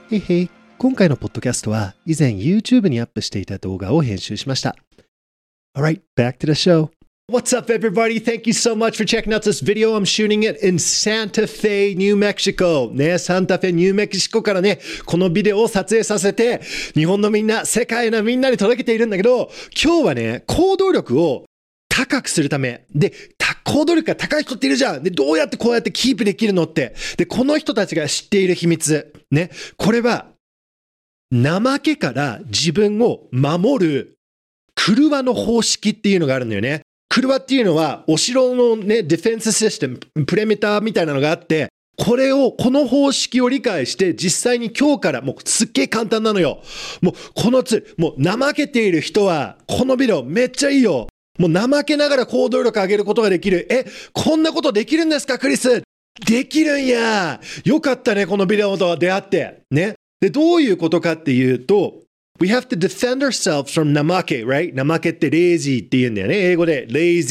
へいへい。今回のポッドキャストは以前 YouTube にアップしていた動画を編集しました。Alright, back to the show. What's up, everybody? Thank you so much for checking out this video. I'm shooting it in Santa Fe, New Mexico. ね、サンタフェ、ニューメキシコからね、このビデオを撮影させて、日本のみんな、世界のみんなに届けているんだけど、今日はね、行動力を高くするため。で、行動力が高い人っているじゃん。で、どうやってこうやってキープできるのって。で、この人たちが知っている秘密。ね、これは、怠けから自分を守る、クルワの方式っていうのがあるんだよね。クルワっていうのは、お城のね、ディフェンスシステム、プレミターみたいなのがあって、この方式を理解して、実際に今日から、もうすっげえ簡単なのよ。もう、このもう怠けている人は、このビデオめっちゃいいよ。もう怠けながら行動力上げることができる。こんなことできるんですか、クリス？できるんや。よかったね、このビデオと出会って。ね。で、どういうことかっていうと、We have to defend ourselves from 怠け、right? 怠けって lazy って言うんだよね。英語で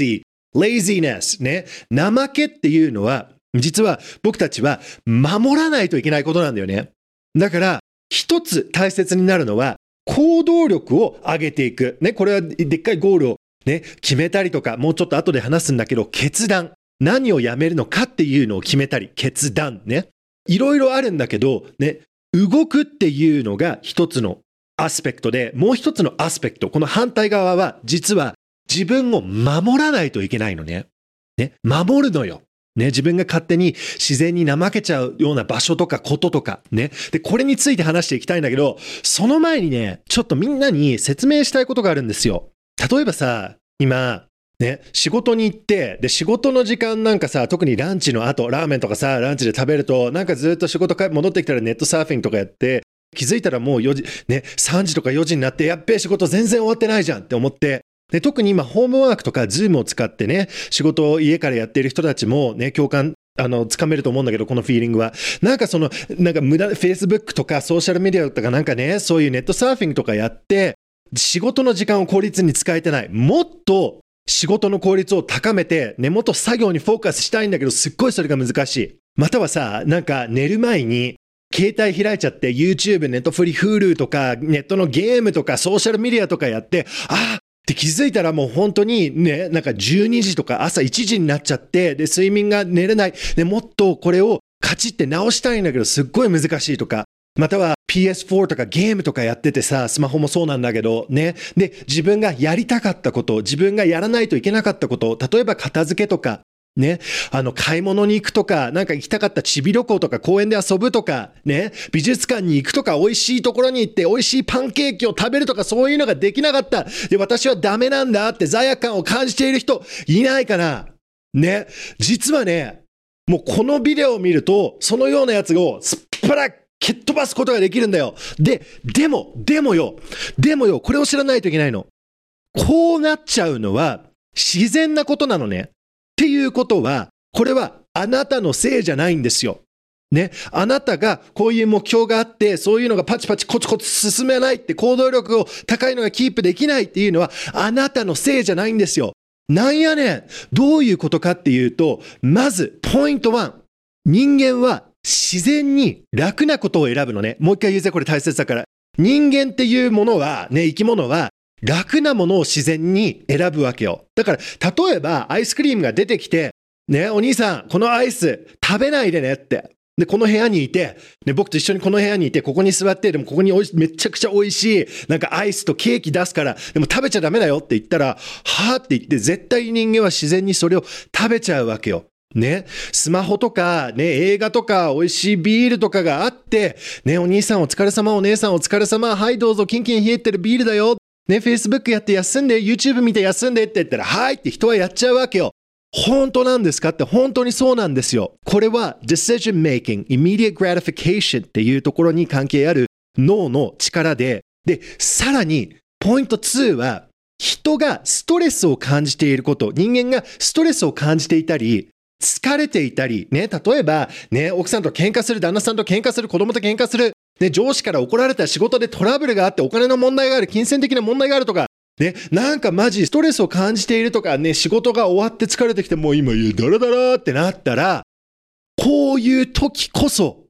laziness ね。怠けっていうのは、実は僕たちは守らないといけないことなんだよね。だから、一つ大切になるのは、行動力を上げていく。ね、これはでっかいゴールをね、決めたりとか、もうちょっと後で話すんだけど、決断。何をやめるのかっていうのを決めたり、決断ね。いろいろあるんだけど、ね、動くっていうのが一つのアスペクトで、もう一つのアスペクト、この反対側は、実は自分を守らないといけないのね。ね、守るのよ。ね、自分が勝手に自然に怠けちゃうような場所とかこととか、ね。で、これについて話していきたいんだけど、その前にね、ちょっとみんなに説明したいことがあるんですよ。例えばさ、今、ね、仕事に行って、で、仕事の時間なんかさ、特にランチの後、ラーメンとかさ、ランチで食べると、なんかずっと仕事戻ってきたらネットサーフィンとかやって、気づいたらもう4時、ね、3時とか4時になって、やっべえ仕事全然終わってないじゃんって思って、で、特に今、ホームワークとか、ズームを使ってね、仕事を家からやっている人たちもね、共感、つかめると思うんだけど、このフィーリングは。なんか無駄、Facebook とかソーシャルメディアとかなんかね、そういうネットサーフィンとかやって、仕事の時間を効率に使えてない。もっと仕事の効率を高めて、もっと作業にフォーカスしたいんだけど、すっごいそれが難しい。またはさ、なんか寝る前に、携帯開いちゃって、YouTube、ネットフリ、Hulu とか、ネットのゲームとか、ソーシャルメディアとかやって、って気づいたらもう本当にね、なんか12時とか朝1時になっちゃって、で、睡眠が寝れない。で、もっとこれをカチって直したいんだけど、すっごい難しいとか、または PS4 とかゲームとかやっててさ、スマホもそうなんだけど、ね。で、自分がやりたかったこと、自分がやらないといけなかったこと、例えば片付けとか、ね。買い物に行くとか、なんか行きたかったチビ旅行とか公園で遊ぶとか、ね。美術館に行くとか、美味しいところに行って美味しいパンケーキを食べるとか、そういうのができなかった。で、私はダメなんだって罪悪感を感じている人いないかな？ね。実はね、もうこのビデオを見ると、そのようなやつをすっぱら蹴っ飛ばすことができるんだよ。でもよ、これを知らないといけないの。こうなっちゃうのは自然なことなのね。っていうことは、これはあなたのせいじゃないんですよ。ね。あなたがこういう目標があって、そういうのがパチパチコツコツ進めないって、行動力を高いのがキープできないっていうのは、あなたのせいじゃないんですよ。なんやねん。どういうことかっていうと、まず、ポイント1。人間は自然に楽なことを選ぶのね。もう一回言うぜ、これ大切だから。人間っていうものは、ね、生き物は、楽なものを自然に選ぶわけよ。だから、例えば、アイスクリームが出てきて、ね、お兄さん、このアイス食べないでねって。で、この部屋にいて、ね、僕と一緒にこの部屋にいて、ここに座って、でもここにめちゃくちゃ美味しい、なんかアイスとケーキ出すから、でも食べちゃダメだよって言ったら、はぁって言って、絶対人間は自然にそれを食べちゃうわけよ。ね、スマホとか、ね、映画とか、美味しいビールとかがあって、ね、お兄さんお疲れ様、お姉さんお疲れ様、はいどうぞ、キンキン冷えてるビールだよ。ね、Facebook やって休んで、YouTube 見て休んでって言ったら、はいって人はやっちゃうわけよ。本当なんですかって本当にそうなんですよ。これは decision making, immediate gratification っていうところに関係ある脳の力で、さらにポイント2は人がストレスを感じていること、人間がストレスを感じていたり、疲れていたり、ね、例えば、ね、奥さんと喧嘩する、旦那さんと喧嘩する、子供と喧嘩する、ね、上司から怒られた、仕事でトラブルがあって、お金の問題がある、金銭的な問題があるとか、ね、なんかマジストレスを感じているとかね、仕事が終わって疲れてきてもう今ダラダラってなったら、こういう時こそ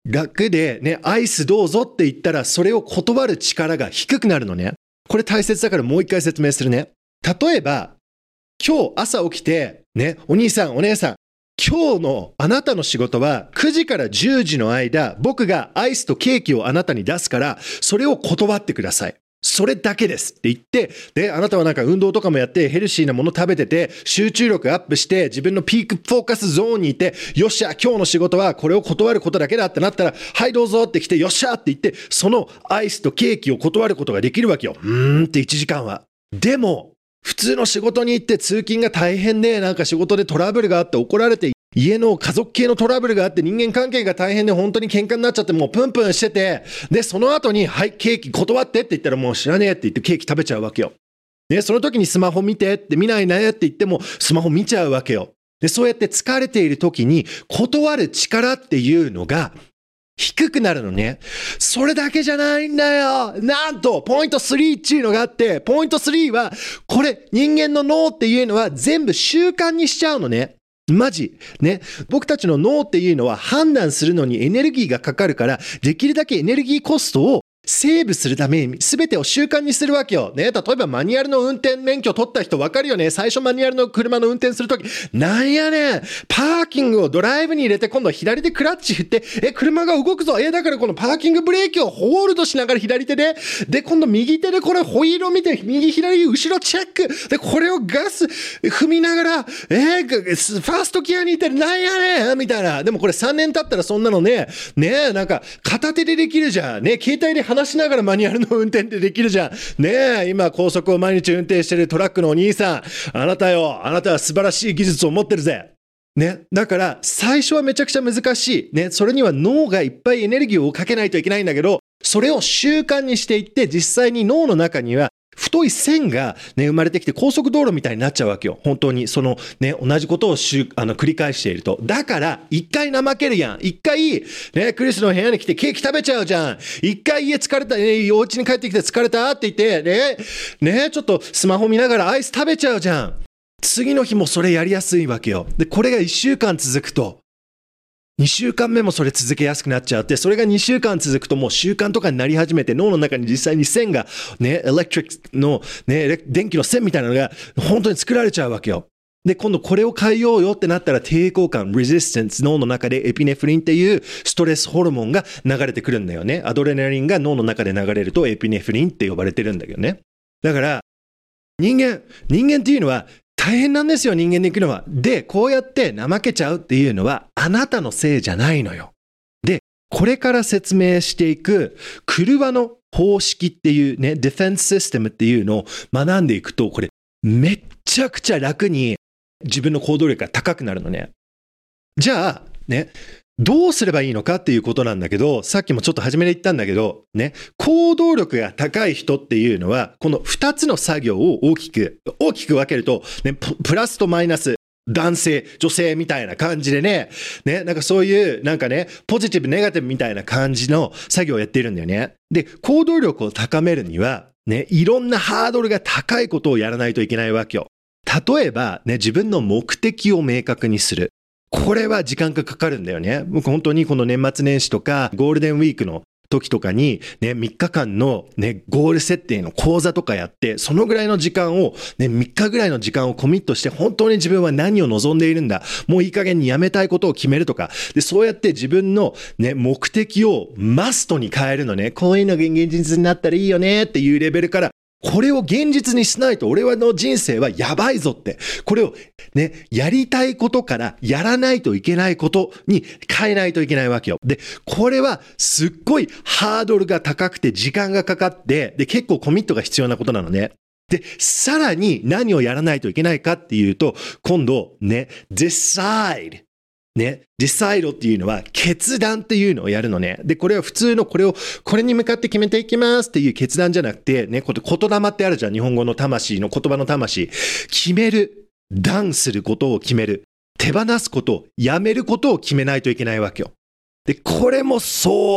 楽でね、アイスどうぞって言ったら、それを断る力が低くなるのね。これ大切だからもう一回説明するね。例えば、今日朝起きて、ね、お兄さん、お姉さん、今日のあなたの仕事は9時から10時の間、僕がアイスとケーキをあなたに出すから、それを断ってください。それだけですって言って、で、あなたはなんか運動とかもやってヘルシーなもの食べてて、集中力アップして自分のピークフォーカスゾーンにいて、よっしゃ、今日の仕事はこれを断ることだけだってなったら、はいどうぞって来て、よっしゃって言って、そのアイスとケーキを断ることができるわけよ。って1時間は。でも、普通の仕事に行って通勤が大変で、なんか仕事でトラブルがあって怒られて、家の家族系のトラブルがあって人間関係が大変で本当に喧嘩になっちゃってもうプンプンしてて、で、その後に、はい、ケーキ断ってって言ったらもう知らねえって言ってケーキ食べちゃうわけよ。で、その時にスマホ見てって見ないねって言ってもスマホ見ちゃうわけよ。で、そうやって疲れている時に断る力っていうのが低くなるのね。それだけじゃないんだよ。なんと、ポイント3っていうのがあって、ポイント3は、これ、人間の脳っていうのは全部習慣にしちゃうのね。マジ。ね。僕たちの脳っていうのは判断するのにエネルギーがかかるから、できるだけエネルギーコストをセーブするために全てを習慣にするわけよ。ね。例えばマニュアルの運転免許取った人分かるよね。最初マニュアルの車の運転するとき、なんやねん。パーキングをドライブに入れて今度左でクラッチ振って、車が動くぞ。だからこのパーキングブレーキをホールドしながら左手で、で、今度右手でこれホイールを見て、右左後ろチェック。で、これをガス踏みながら、ファーストギアにいてなんやねんみたいな。でもこれ3年経ったらそんなのね、なんか片手でできるじゃん。ね、携帯で話しながらマニュアルの運転ってできるじゃん。ねえ、今高速を毎日運転してるトラックのお兄さん、あなたは素晴らしい技術を持ってるぜ。ね。だから、最初はめちゃくちゃ難しい。ね。それには脳がいっぱいエネルギーをかけないといけないんだけど、それを習慣にしていって、実際に脳の中には、太い線がね、生まれてきて高速道路みたいになっちゃうわけよ。本当に、そのね、同じことを繰り返していると。だから、一回怠けるやん。一回、ね、クリスの部屋に来てケーキ食べちゃうじゃん。一回家疲れた、お家に帰ってきて疲れたって言って、ちょっとスマホ見ながらアイス食べちゃうじゃん。次の日もそれやりやすいわけよ。で、これが1週間続くと、2週間目もそれ続けやすくなっちゃって、それが2週間続くともう習慣とかになり始めて、脳の中に実際に線が、ね、エレクトリックの、ね、電気の線みたいなのが本当に作られちゃうわけよ。で、今度これを変えようよってなったら抵抗感、resistance、脳の中でエピネフリンっていうストレスホルモンが流れてくるんだよね。アドレナリンが脳の中で流れるとエピネフリンって呼ばれてるんだけどね。だから、人間っていうのは大変なんですよ、人間で生きるのは。で、こうやって怠けちゃうっていうのはあなたのせいじゃないのよ。で、これから説明していく車の方式っていうね、ディフェンスシステムっていうのを学んでいくと、これめっちゃくちゃ楽に自分の行動力が高くなるのね。じゃあ、ね、どうすればいいのかっていうことなんだけど、さっきもちょっと初めで言ったんだけど、ね、行動力が高い人っていうのは、この2つの作業を大きく分けると、ね、プラスとマイナス、男性、女性みたいな感じでね、なんかそういう、なんかね、ポジティブ、ネガティブみたいな感じの作業をやっているんだよね。で、行動力を高めるには、ね、いろんなハードルが高いことをやらないといけないわけよ。例えば、ね、自分の目的を明確にする。これは時間がかかるんだよね。僕本当にこの年末年始とかゴールデンウィークの時とかにね、3日間のね、ゴール設定の講座とかやって、そのぐらいの時間をね、3日ぐらいの時間をコミットして、本当に自分は何を望んでいるんだ。もういい加減にやめたいことを決めるとか。で、そうやって自分のね、目的をマストに変えるのね。こういうのが現実になったらいいよねっていうレベルから、これを現実にしないと俺の人生はやばいぞって。これをね、やりたいことからやらないといけないことに変えないといけないわけよ。で、これはすっごいハードルが高くて時間がかかって、で、結構コミットが必要なことなのね。で、さらに何をやらないといけないかっていうと、今度ね、decide。ね、decide っていうのは決断っていうのをやるのね。で、これは普通のこれに向かって決めていきますっていう決断じゃなくて、ね、言霊ってあるじゃん。日本語の魂の言葉の魂。決める。断することを決める。手放すこと、やめることを決めないといけないわけよ。で、これも相当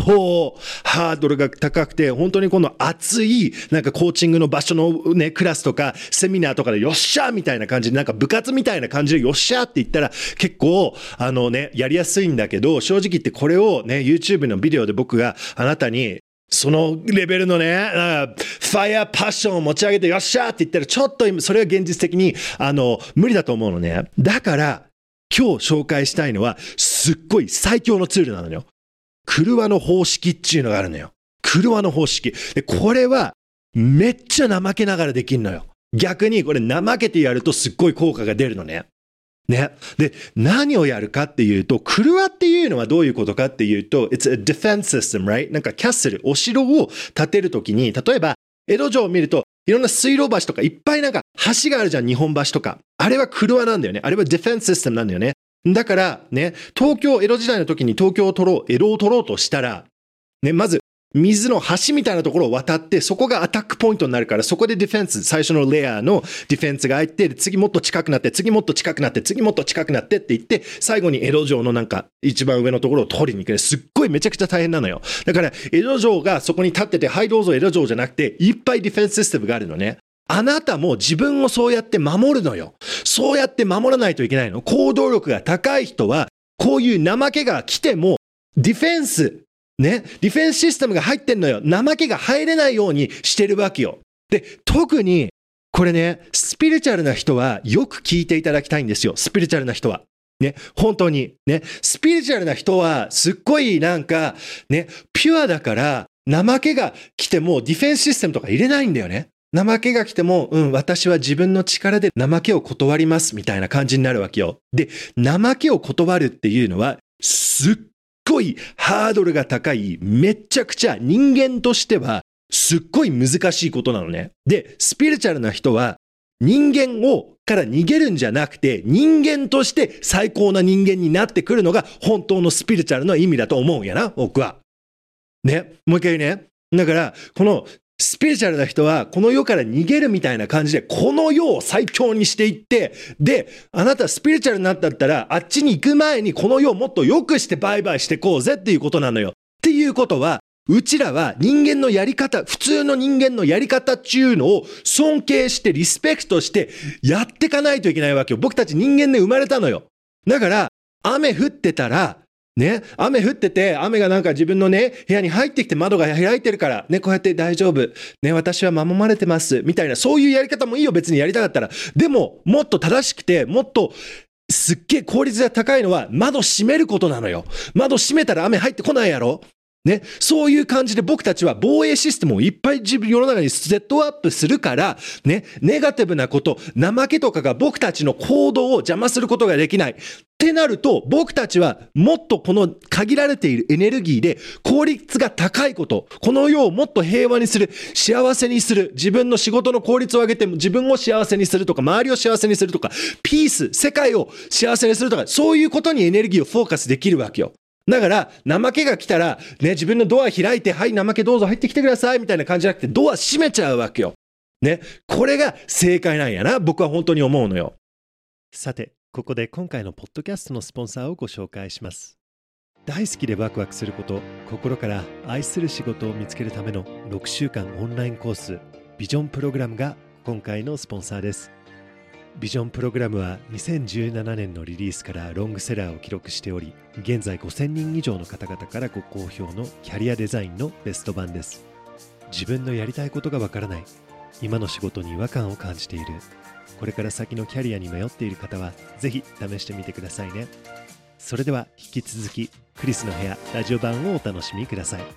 当ハードルが高くて、本当にこの熱いなんかコーチングの場所のね、クラスとかセミナーとかでよっしゃーみたいな感じで、なんか部活みたいな感じでよっしゃーって言ったら結構やりやすいんだけど、正直言ってこれをね、YouTube のビデオで僕があなたにそのレベルのね、ファイヤーパッションを持ち上げてよっしゃーって言ったらちょっとそれは現実的に無理だと思うのね。だから今日紹介したいのはすっごい最強のツールなのよ。クルワの方式っていうのがあるのよ。クルワの方式。で、これはめっちゃ怠けながらできるのよ。逆にこれ怠けてやるとすっごい効果が出るのね。ね。で、何をやるかっていうと、クルワっていうのはどういうことかっていうと、It's a defense system, right? なんかキャッスル、お城を建てるときに、例えば江戸城を見るといろんな水路橋とかいっぱいなんか橋があるじゃん、日本橋とか。あれはクルワなんだよね。あれはディフェンスシステムなんだよね。だからね、江戸時代の時に東京を取ろう、江戸を取ろうとしたら、ね、まず水の橋みたいなところを渡って、そこがアタックポイントになるから、そこでディフェンス、最初のレイヤーのディフェンスが入って、次もっと近くなって、次もっと近くなって、次もっと近くなってって言って、最後に江戸城のなんか一番上のところを取りに行く。すっごいめちゃくちゃ大変なのよ。だから江戸城がそこに立ってて、はいどうぞ江戸城じゃなくて、いっぱいディフェンスシステムがあるのね。あなたも自分をそうやって守るのよ。そうやって守らないといけないの。行動力が高い人は、こういう怠けが来ても、ディフェンス、ね、ディフェンスシステムが入ってんのよ。怠けが入れないようにしてるわけよ。で、特に、これね、スピリチュアルな人はよく聞いていただきたいんですよ。スピリチュアルな人は。ね、本当に。ね、スピリチュアルな人は、すっごいなんか、ね、ピュアだから、怠けが来てもディフェンスシステムとか入れないんだよね。怠けが来ても、私は自分の力で怠けを断りますみたいな感じになるわけよ。で、怠けを断るっていうのは、すっごいハードルが高い、めちゃくちゃ人間としては、すっごい難しいことなのね。で、スピリチュアルな人は、人間から逃げるんじゃなくて、人間として最高な人間になってくるのが、本当のスピリチュアルの意味だと思うんやな、僕は。ね、もう一回ね。だから、この、スピリチュアルな人はこの世から逃げるみたいな感じでこの世を最強にしていって、で、あなたスピリチュアルになったったらあっちに行く前にこの世をもっと良くしてバイバイしてこうぜっていうことなのよ。っていうことは、うちらは人間のやり方、普通の人間のやり方っていうのを尊敬してリスペクトしてやっていかないといけないわけよ。僕たち人間で生まれたのよ。だから雨降ってたらね、雨降ってて、雨がなんか自分のね、部屋に入ってきて窓が開いてるから、ね、こうやって大丈夫。ね、私は守られてます。みたいな、そういうやり方もいいよ、別にやりたかったら。でも、もっと正しくて、もっと、すっげえ効率が高いのは、窓閉めることなのよ。窓閉めたら雨入ってこないやろ。ね、そういう感じで僕たちは防衛システムをいっぱい世の中にセットアップするから、ね、ネガティブなこと、怠けとかが僕たちの行動を邪魔することができない。ってなると、僕たちはもっとこの限られているエネルギーで効率が高いこと、この世をもっと平和にする、幸せにする、自分の仕事の効率を上げて自分を幸せにするとか、周りを幸せにするとか、ピース、世界を幸せにするとか、そういうことにエネルギーをフォーカスできるわけよ。だから、怠けが来たら、ね、自分のドア開いて、はい、怠けどうぞ入ってきてください、みたいな感じじゃなくて、ドア閉めちゃうわけよ。ね。これが正解なんやな。僕は本当に思うのよ。さて、ここで今回のポッドキャストのスポンサーをご紹介します。大好きでワクワクすること、心から愛する仕事を見つけるための6週間オンラインコース、ビジョンプログラムが今回のスポンサーです。ビジョンプログラムは2017年のリリースからロングセラーを記録しており、現在5000人以上の方々からご好評のキャリアデザインのベスト版です。自分のやりたいことがわからない、今の仕事に違和感を感じている、これから先のキャリアに迷っている方はぜひ試してみてくださいね。それでは引き続きクリスの部屋ラジオ版をお楽しみください。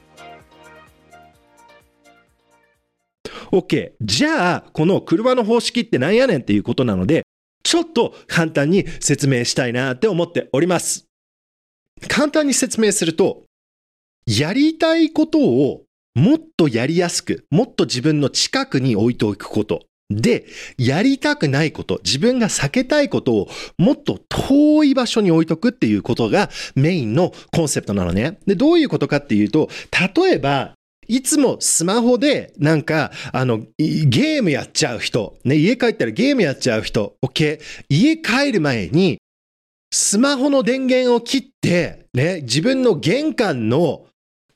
OK。 じゃあこの車の方式ってなんやねんっていうことなので、ちょっと簡単に説明したいなって思っております。簡単に説明すると、やりたいことをもっとやりやすく、もっと自分の近くに置いておくことで、やりたくないこと、自分が避けたいことをもっと遠い場所に置いとくっていうことがメインのコンセプトなのね。で、どういうことかっていうと、例えばいつもスマホでなんかゲームやっちゃう人、ね、家帰ったらゲームやっちゃう人、OK。家帰る前にスマホの電源を切って、ね、自分の玄関の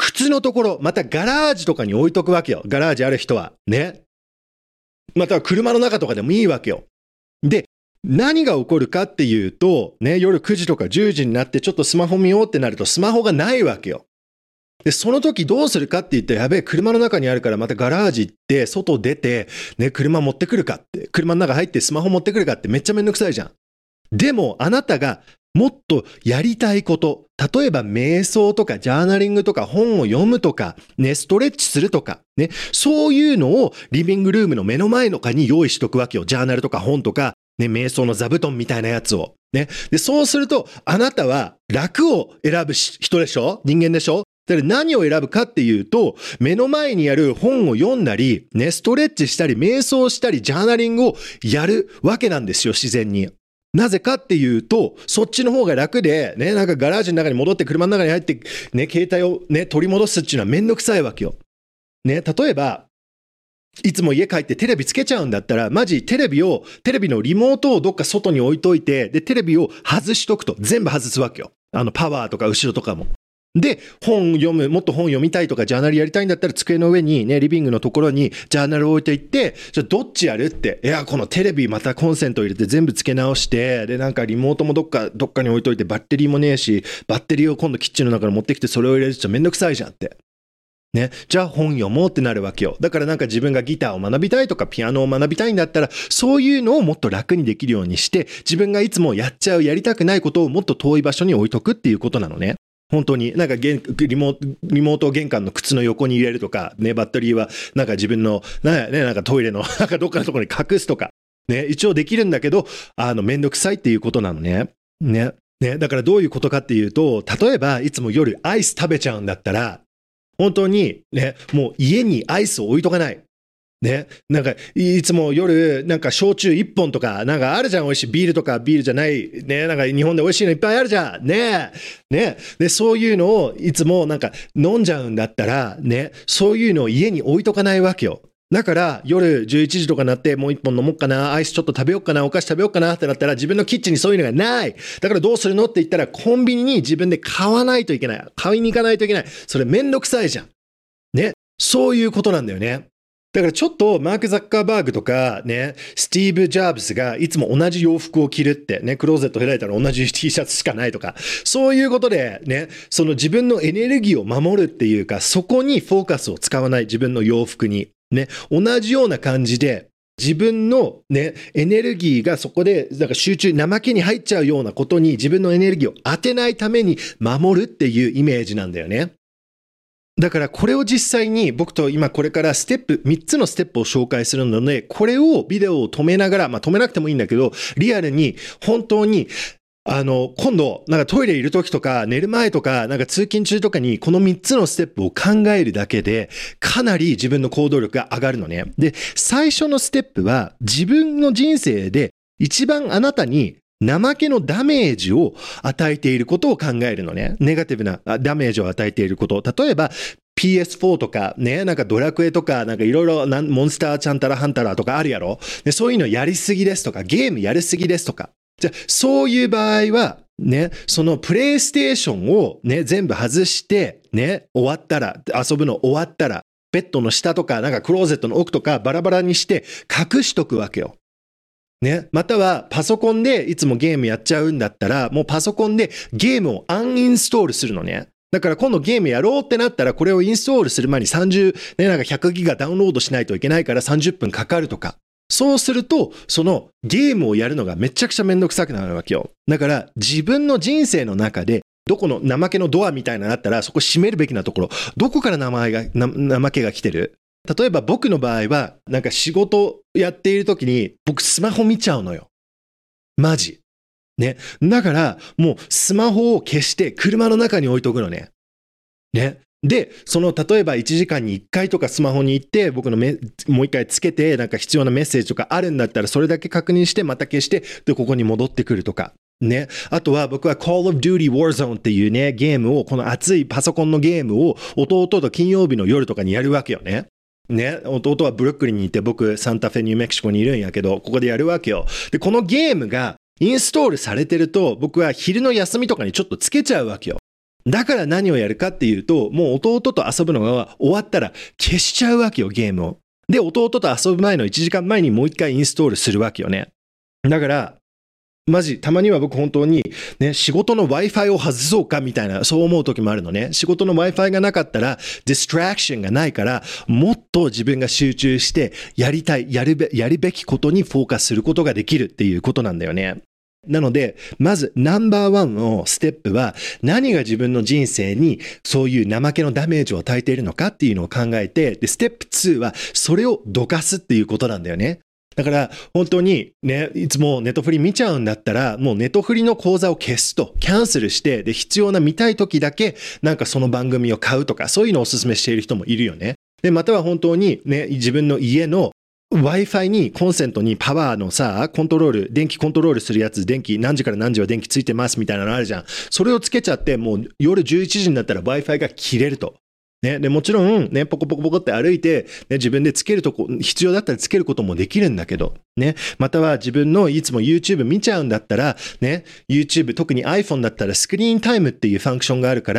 靴のところ、またガラージとかに置いとくわけよ。ガラージある人は。ね。または車の中とかでもいいわけよ。で、何が起こるかっていうと、ね、夜9時とか10時になってちょっとスマホ見ようってなるとスマホがないわけよ。で、その時どうするかって言って、やべえ、車の中にあるからまたガラージ行って、外出て、ね、車持ってくるかって、車の中入ってスマホ持ってくるかってめっちゃめんどくさいじゃん。でも、あなたがもっとやりたいこと、例えば瞑想とかジャーナリングとか本を読むとか、ね、ストレッチするとか、ね、そういうのをリビングルームの目の前のかに用意しとくわけよ。ジャーナルとか本とか、ね、瞑想の座布団みたいなやつを。ね。で、そうすると、あなたは楽を選ぶ人でしょ？人間でしょ？だから何を選ぶかっていうと、目の前にある本を読んだり、ね、ストレッチしたり、瞑想したり、ジャーナリングをやるわけなんですよ、自然に。なぜかっていうと、そっちの方が楽で、ね、なんかガラージの中に戻って車の中に入って、ね、携帯をね、取り戻すっていうのはめんどくさいわけよ。ね、例えば、いつも家帰ってテレビつけちゃうんだったら、マジテレビのリモートをどっか外に置いといて、で、テレビを外しとくと。全部外すわけよ。パワーとか後ろとかも。で、もっと本読みたいとか、ジャーナルやりたいんだったら、机の上にね、リビングのところにジャーナルを置いていって、じゃあどっちやるって。いや、このテレビまたコンセント入れて全部付け直して、で、なんかリモートもどっかに置いといて、バッテリーもねえし、バッテリーを今度キッチンの中から持ってきて、それを入れるとめんどくさいじゃんって。ね。じゃあ本読もうってなるわけよ。だからなんか自分がギターを学びたいとかピアノを学びたいんだったら、そういうのをもっと楽にできるようにして、自分がいつもやりたくないことをもっと遠い場所に置いとくっていうことなのね。本当になんかリモートを玄関の靴の横に入れるとか、ね、バッテリーはなんか自分の、なんかトイレのなんかどっかのところに隠すとか、ね、一応できるんだけど、めんどくさいっていうことなのね。ね。だからどういうことかっていうと、例えばいつも夜アイス食べちゃうんだったら、本当にね、もう家にアイスを置いとかない。ね。なんか、いつも夜、なんか焼酎1本とか、なんかあるじゃん、美味しいビールとかビールじゃない。ね。なんか日本で美味しいのいっぱいあるじゃん。ね。ね。で、そういうのをいつもなんか飲んじゃうんだったら、ね。そういうのを家に置いとかないわけよ。だから夜11時とかになってもう1本飲もうかな、アイスちょっと食べようかな、お菓子食べようかなってなったら自分のキッチンにそういうのがない。だからどうするのって言ったらコンビニに自分で買わないといけない。買いに行かないといけない。それめんどくさいじゃん。ね。そういうことなんだよね。だからちょっとマーク・ザッカーバーグとかね、スティーブ・ジョブズがいつも同じ洋服を着るってね、クローゼット開いたら同じ T シャツしかないとか、そういうことでね、その自分のエネルギーを守るっていうか、そこにフォーカスを使わない自分の洋服に。ね、同じような感じで、自分のね、エネルギーがそこで、なんか怠けに入っちゃうようなことに自分のエネルギーを当てないために守るっていうイメージなんだよね。だからこれを実際に僕と今これから3つのステップを紹介するので、これをビデオを止めながら、止めなくてもいいんだけど、リアルに本当に今度、なんかトイレいる時とか、寝る前とか、なんか通勤中とかに、この3つのステップを考えるだけで、かなり自分の行動力が上がるのね。で、最初のステップは、自分の人生で一番あなたに怠けのダメージを与えていることを考えるのね。ネガティブなダメージを与えていること。例えば、PS4 とかね、なんかドラクエとか、なんかいろいろモンスターチャンタラハンタラとかあるやろ。で、そういうのやりすぎですとか、ゲームやりすぎですとか。じゃあ、そういう場合は、ね、そのプレイステーションをね、全部外して、ね、終わったら、遊ぶの終わったら、ベッドの下とか、なんかクローゼットの奥とかバラバラにして隠しとくわけよ。ね、またはパソコンでいつもゲームやっちゃうんだったら、もうパソコンでゲームをアンインストールするのね。だから今度ゲームやろうってなったら、これをインストールする前になんか100ギガダウンロードしないといけないから30分かかるとか。そうすると、そのゲームをやるのがめちゃくちゃめんどくさくなるわけよ。だから自分の人生の中で、どこの怠けのドアみたいなのあったら、そこ閉めるべきなところ、どこから怠けが来てる？例えば僕の場合は、なんか仕事やっている時に、僕スマホ見ちゃうのよ。マジ。ね。だから、もうスマホを消して車の中に置いとくのね。ね。で、例えば1時間に1回とかスマホに行って、僕のもう1回つけて、なんか必要なメッセージとかあるんだったら、それだけ確認して、また消して、で、ここに戻ってくるとか。ね。あとは僕は Call of Duty Warzone っていうね、ゲームを、この熱いパソコンのゲームを弟と金曜日の夜とかにやるわけよね。ね。弟はブルックリンにいて、僕サンタフェニューメキシコにいるんやけど、ここでやるわけよ。で、このゲームがインストールされてると、僕は昼の休みとかにちょっとつけちゃうわけよ。 だから何をやるかっていうと、もう弟と遊ぶのが終わったら消しちゃうわけよ、ゲームを。で、弟と遊ぶ前の1時間前にもう一回インストールするわけよね。だから、マジ、たまには僕本当にね、仕事の Wi-Fi を外そうかみたいな、そう思う時もあるのね。仕事の Wi-Fi がなかったら、ディストラクションがないから、もっと自分が集中して、やるべきことにフォーカスすることができるっていうことなんだよね。なので、まずナンバーワンのステップは、何が自分の人生にそういう怠けのダメージを与えているのかっていうのを考えて、で、ステップ2は、それをどかすっていうことなんだよね。だから本当にね、いつもネトフリ見ちゃうんだったら、もうネトフリの口座を消すと、キャンセルして、で、必要な見たい時だけ、なんかその番組を買うとか、そういうのをお勧めしている人もいるよね。で、または本当にね、自分の家のWi-Fi にコンセントにパワーのさ、電気コントロールするやつ、何時から何時は電気ついてますみたいなのあるじゃん。それをつけちゃって、もう夜11時になったら Wi-Fi が切れると。ね、でもちろんね、ポコポコポコって歩いて、ね、自分でつけるとこ、必要だったらつけることもできるんだけど、ね、または自分のいつも YouTube 見ちゃうんだったら、ね、YouTube、特に iPhone だったらスクリーンタイムっていうファンクションがあるから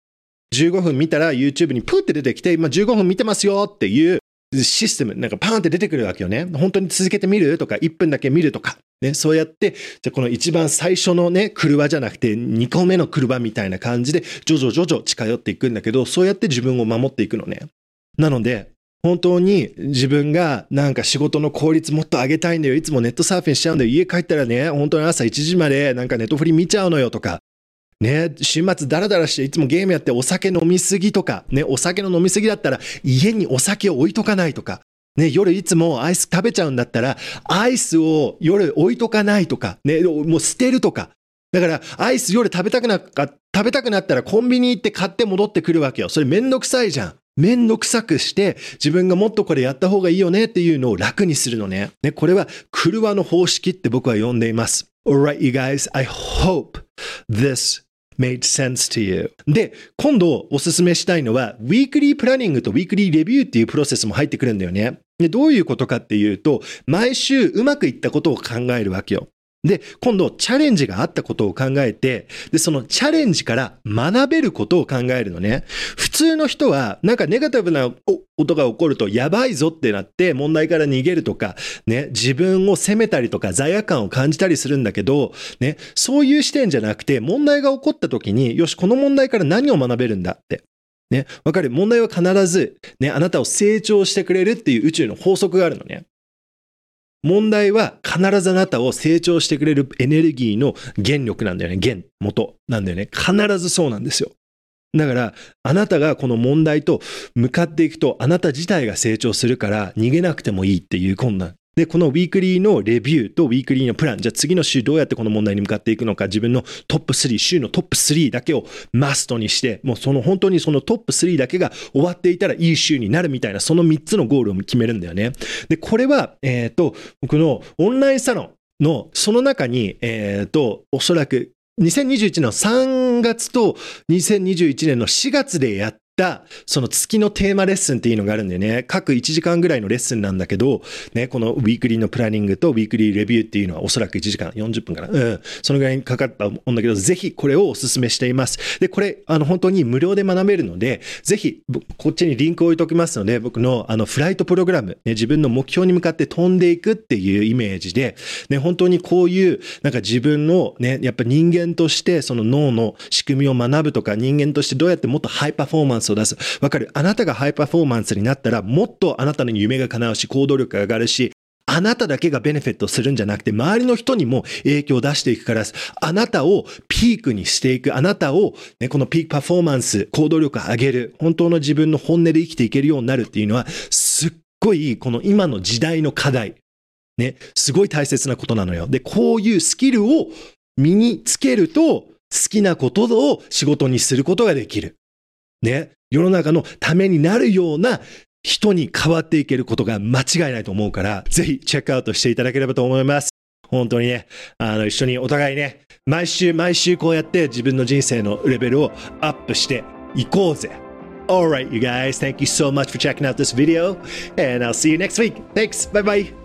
、15分見たら YouTube にプーって出てきて、今15分見てますよっていうシステム、なんかパーンって出てくるわけよね。本当に続けてみるとか、1分だけ見るとか。ね、そうやって、じゃあこの一番最初のね、車じゃなくて2個目の車みたいな感じで、徐々近寄っていくんだけど、そうやって自分を守っていくのね。なので、本当に自分がなんか仕事の効率もっと上げたいんだよ。いつもネットサーフィンしちゃうんだよ。家帰ったらね、本当に朝1時までなんかネットフリ見ちゃうのよとか。ね、週末ダラダラしていつもゲームやってお酒飲みすぎとか、ね、お酒の飲みすぎだったら家にお酒を置いとかないとか。ね、夜いつもアイス食べちゃうんだったら、アイスを夜置いとかないとか、ね、もう捨てるとか。だから、アイス夜食べたくなったらコンビニ行って買って戻ってくるわけよ。それめんどくさいじゃん。めんどくさくして、自分がもっとこれやった方がいいよねっていうのを楽にするのね。ね、これは、クルワの方式って僕は呼んでいます。Alright, you guys, I hope this made sense to you. で、今度おすすめしたいのは、ウィークリープランニングとウィークリーレビューっていうプロセスも入ってくるんだよね。で、どういうことかっていうと、毎週うまくいったことを考えるわけよ。で、今度チャレンジがあったことを考えて、で、そのチャレンジから学べることを考えるのね。普通の人は、なんかネガティブなことが起こるとやばいぞってなって問題から逃げるとか、ね、自分を責めたりとか罪悪感を感じたりするんだけど、ね、そういう視点じゃなくて、問題が起こった時に、よし、この問題から何を学べるんだって。ね、わかる？問題は必ず、ね、あなたを成長してくれるっていう宇宙の法則があるのね。問題は必ずあなたを成長してくれるエネルギーの原力なんだよね。元なんだよね。必ずそうなんですよ。だから、あなたがこの問題と向かっていくと、あなた自体が成長するから逃げなくてもいいっていう困難。で、このウィークリーのレビューとウィークリーのプラン、じゃあ次の週どうやってこの問題に向かっていくのか、自分のトップ3、週のトップ3だけをマストにして、もう本当にそのトップ3だけが終わっていたらいい週になるみたいな、その3つのゴールを決めるんだよね。で、これは、僕のオンラインサロンのその中に、おそらく2021年の3月と2021年の4月でやったその月のテーマレッスンっていうのがあるんだよね。各1時間ぐらいのレッスンなんだけど、ね、このウィークリーのプランニングとウィークリーレビューっていうのはおそらく1時間40分かな。そのぐらいにかかったと思うんだけど、ぜひこれをお勧めしています。で、これ、本当に無料で学べるので、ぜひ、こっちにリンクを置いておきますので、僕のフライトプログラム、ね、自分の目標に向かって飛んでいくっていうイメージで、ね、本当にこういう、なんか自分のね、やっぱ人間としてその脳の仕組みを学ぶとか、人間としてどうやってもっとハイパフォーマンスを出す。わかる？あなたがハイパフォーマンスになったら、もっとあなたの夢が叶うし、行動力が上がるし、あなただけがベネフィットするんじゃなくて、周りの人にも影響を出していくからです。あなたをピークにしていく。あなたを、ね、このピークパフォーマンス、行動力を上げる。本当の自分の本音で生きていけるようになるっていうのは、すっごい、この今の時代の課題。ね、すごい大切なことなのよ。で、こういうスキルを身につけると、好きなことを仕事にすることができる。ね、世の中のためになるような人に変わっていけることが間違いないと思うから、ぜひチェックアウトしていただければと思います。本当にね、一緒にお互いね、毎週こうやって自分の人生のレベルをアップしていこうぜ。Alright, you guys, thank you so much for checking out this video, and I'll see you next week. Thanks, bye bye.